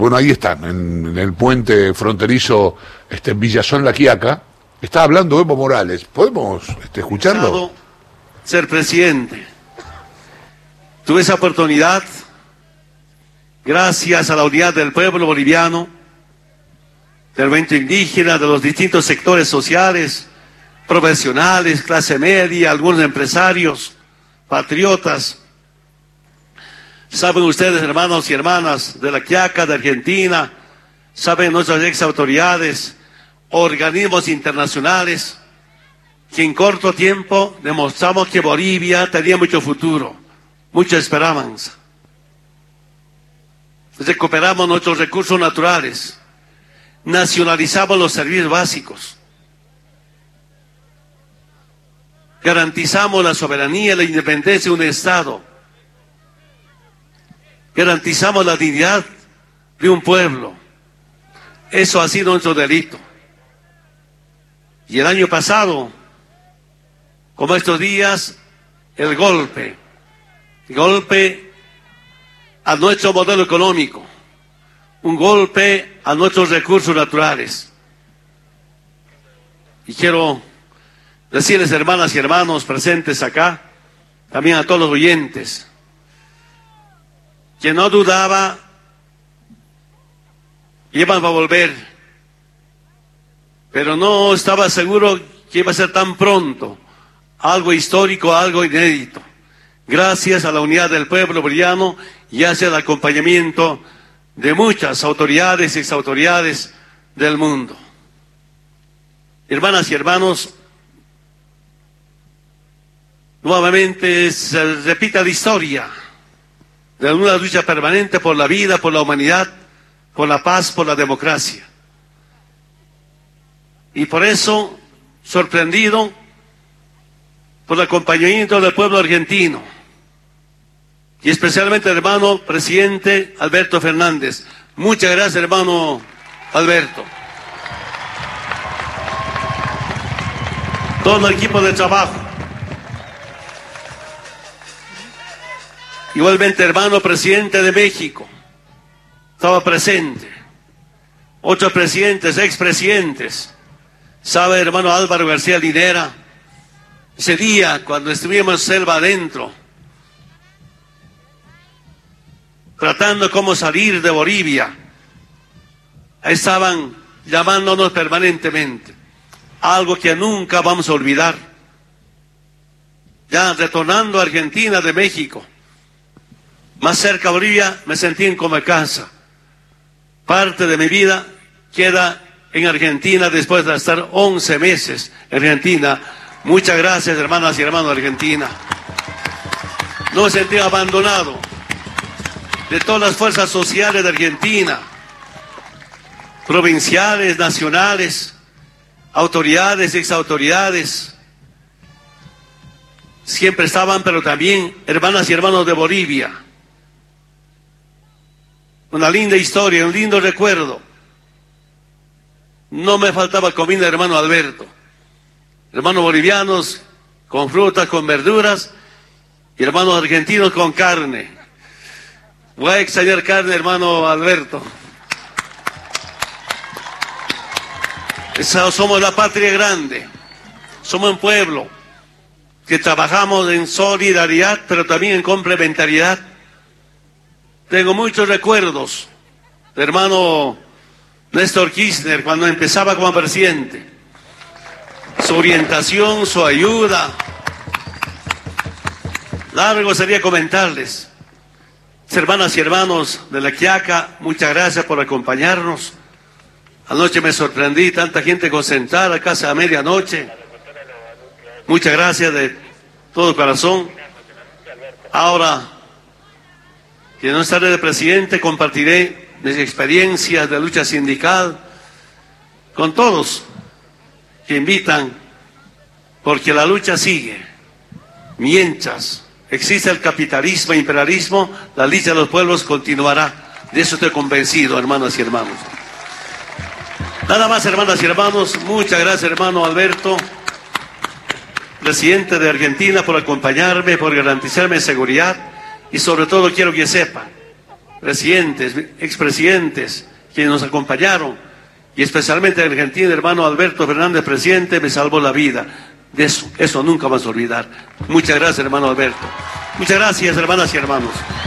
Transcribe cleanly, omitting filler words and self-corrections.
Bueno, ahí están, en el puente fronterizo en Villazón La Quiaca. Está hablando Evo Morales. ¿Podemos escucharlo? Ser presidente. Tuve esa oportunidad gracias a la unidad del pueblo boliviano, del movimiento indígena, de los distintos sectores sociales, profesionales, clase media, algunos empresarios, patriotas. Saben ustedes, hermanos y hermanas de La Quiaca, de Argentina, saben nuestras ex autoridades, organismos internacionales, que en corto tiempo demostramos que Bolivia tenía mucho futuro, mucha esperanza. Recuperamos nuestros recursos naturales, nacionalizamos los servicios básicos, garantizamos la soberanía y la independencia de un Estado, garantizamos la dignidad de un pueblo. Eso ha sido nuestro delito. Y el año pasado, como estos días, el golpe a nuestro modelo económico, un golpe a nuestros recursos naturales. Y quiero decirles, hermanas y hermanos presentes acá, también a todos los oyentes, que no dudaba que iban a volver, pero no estaba seguro que iba a ser tan pronto, algo histórico, algo inédito, gracias a la unidad del pueblo boliviano y hacia el acompañamiento de muchas autoridades y exautoridades del mundo. Hermanas y hermanos, nuevamente se repite la historia de una lucha permanente por la vida, por la humanidad, por la paz, por la democracia. Y por eso, sorprendido por el acompañamiento del pueblo argentino, y especialmente el hermano presidente Alberto Fernández. Muchas gracias, hermano Alberto. Todo el equipo de trabajo. Igualmente, hermano presidente de México, estaba presente. Otros presidentes, expresidentes. Sabe, hermano Álvaro García Linera, ese día cuando estuvimos selva adentro, tratando cómo salir de Bolivia, estaban llamándonos permanentemente. Algo que nunca vamos a olvidar. Ya retornando a Argentina de México, más cerca a Bolivia, me sentí en como casa. Parte de mi vida queda en Argentina después de estar 11 meses en Argentina. Muchas gracias, hermanas y hermanos de Argentina. No me sentí abandonado de todas las fuerzas sociales de Argentina, provinciales, nacionales, autoridades, exautoridades. Siempre estaban, pero también hermanas y hermanos de Bolivia. Una linda historia, un lindo recuerdo. No me faltaba comida, hermano Alberto. Hermanos bolivianos con frutas, con verduras, y hermanos argentinos con carne. Voy a extrañar carne, hermano Alberto. Somos la patria grande. Somos un pueblo que trabajamos en solidaridad, pero también en complementariedad. Tengo muchos recuerdos de hermano Néstor Kirchner cuando empezaba como presidente. Su orientación, su ayuda. Largo sería comentarles. Hermanas y hermanos de La Quiaca, muchas gracias por acompañarnos. Anoche me sorprendí, tanta gente concentrada, casi a medianoche. Muchas gracias de todo corazón. Ahora, que no estaré de presidente, compartiré mis experiencias de lucha sindical con todos que invitan, porque la lucha sigue. Mientras existe el capitalismo e imperialismo, la lucha de los pueblos continuará. De eso estoy convencido, hermanas y hermanos. Nada más, hermanas y hermanos, muchas gracias, hermano Alberto, presidente de Argentina, por acompañarme, por garantizarme seguridad, y sobre todo quiero que sepan presidentes, expresidentes, quienes nos acompañaron, y especialmente el argentino hermano Alberto Fernández, presidente, me salvó la vida. De eso nunca vamos a olvidar. Muchas gracias, hermano Alberto. Muchas gracias, hermanas y hermanos.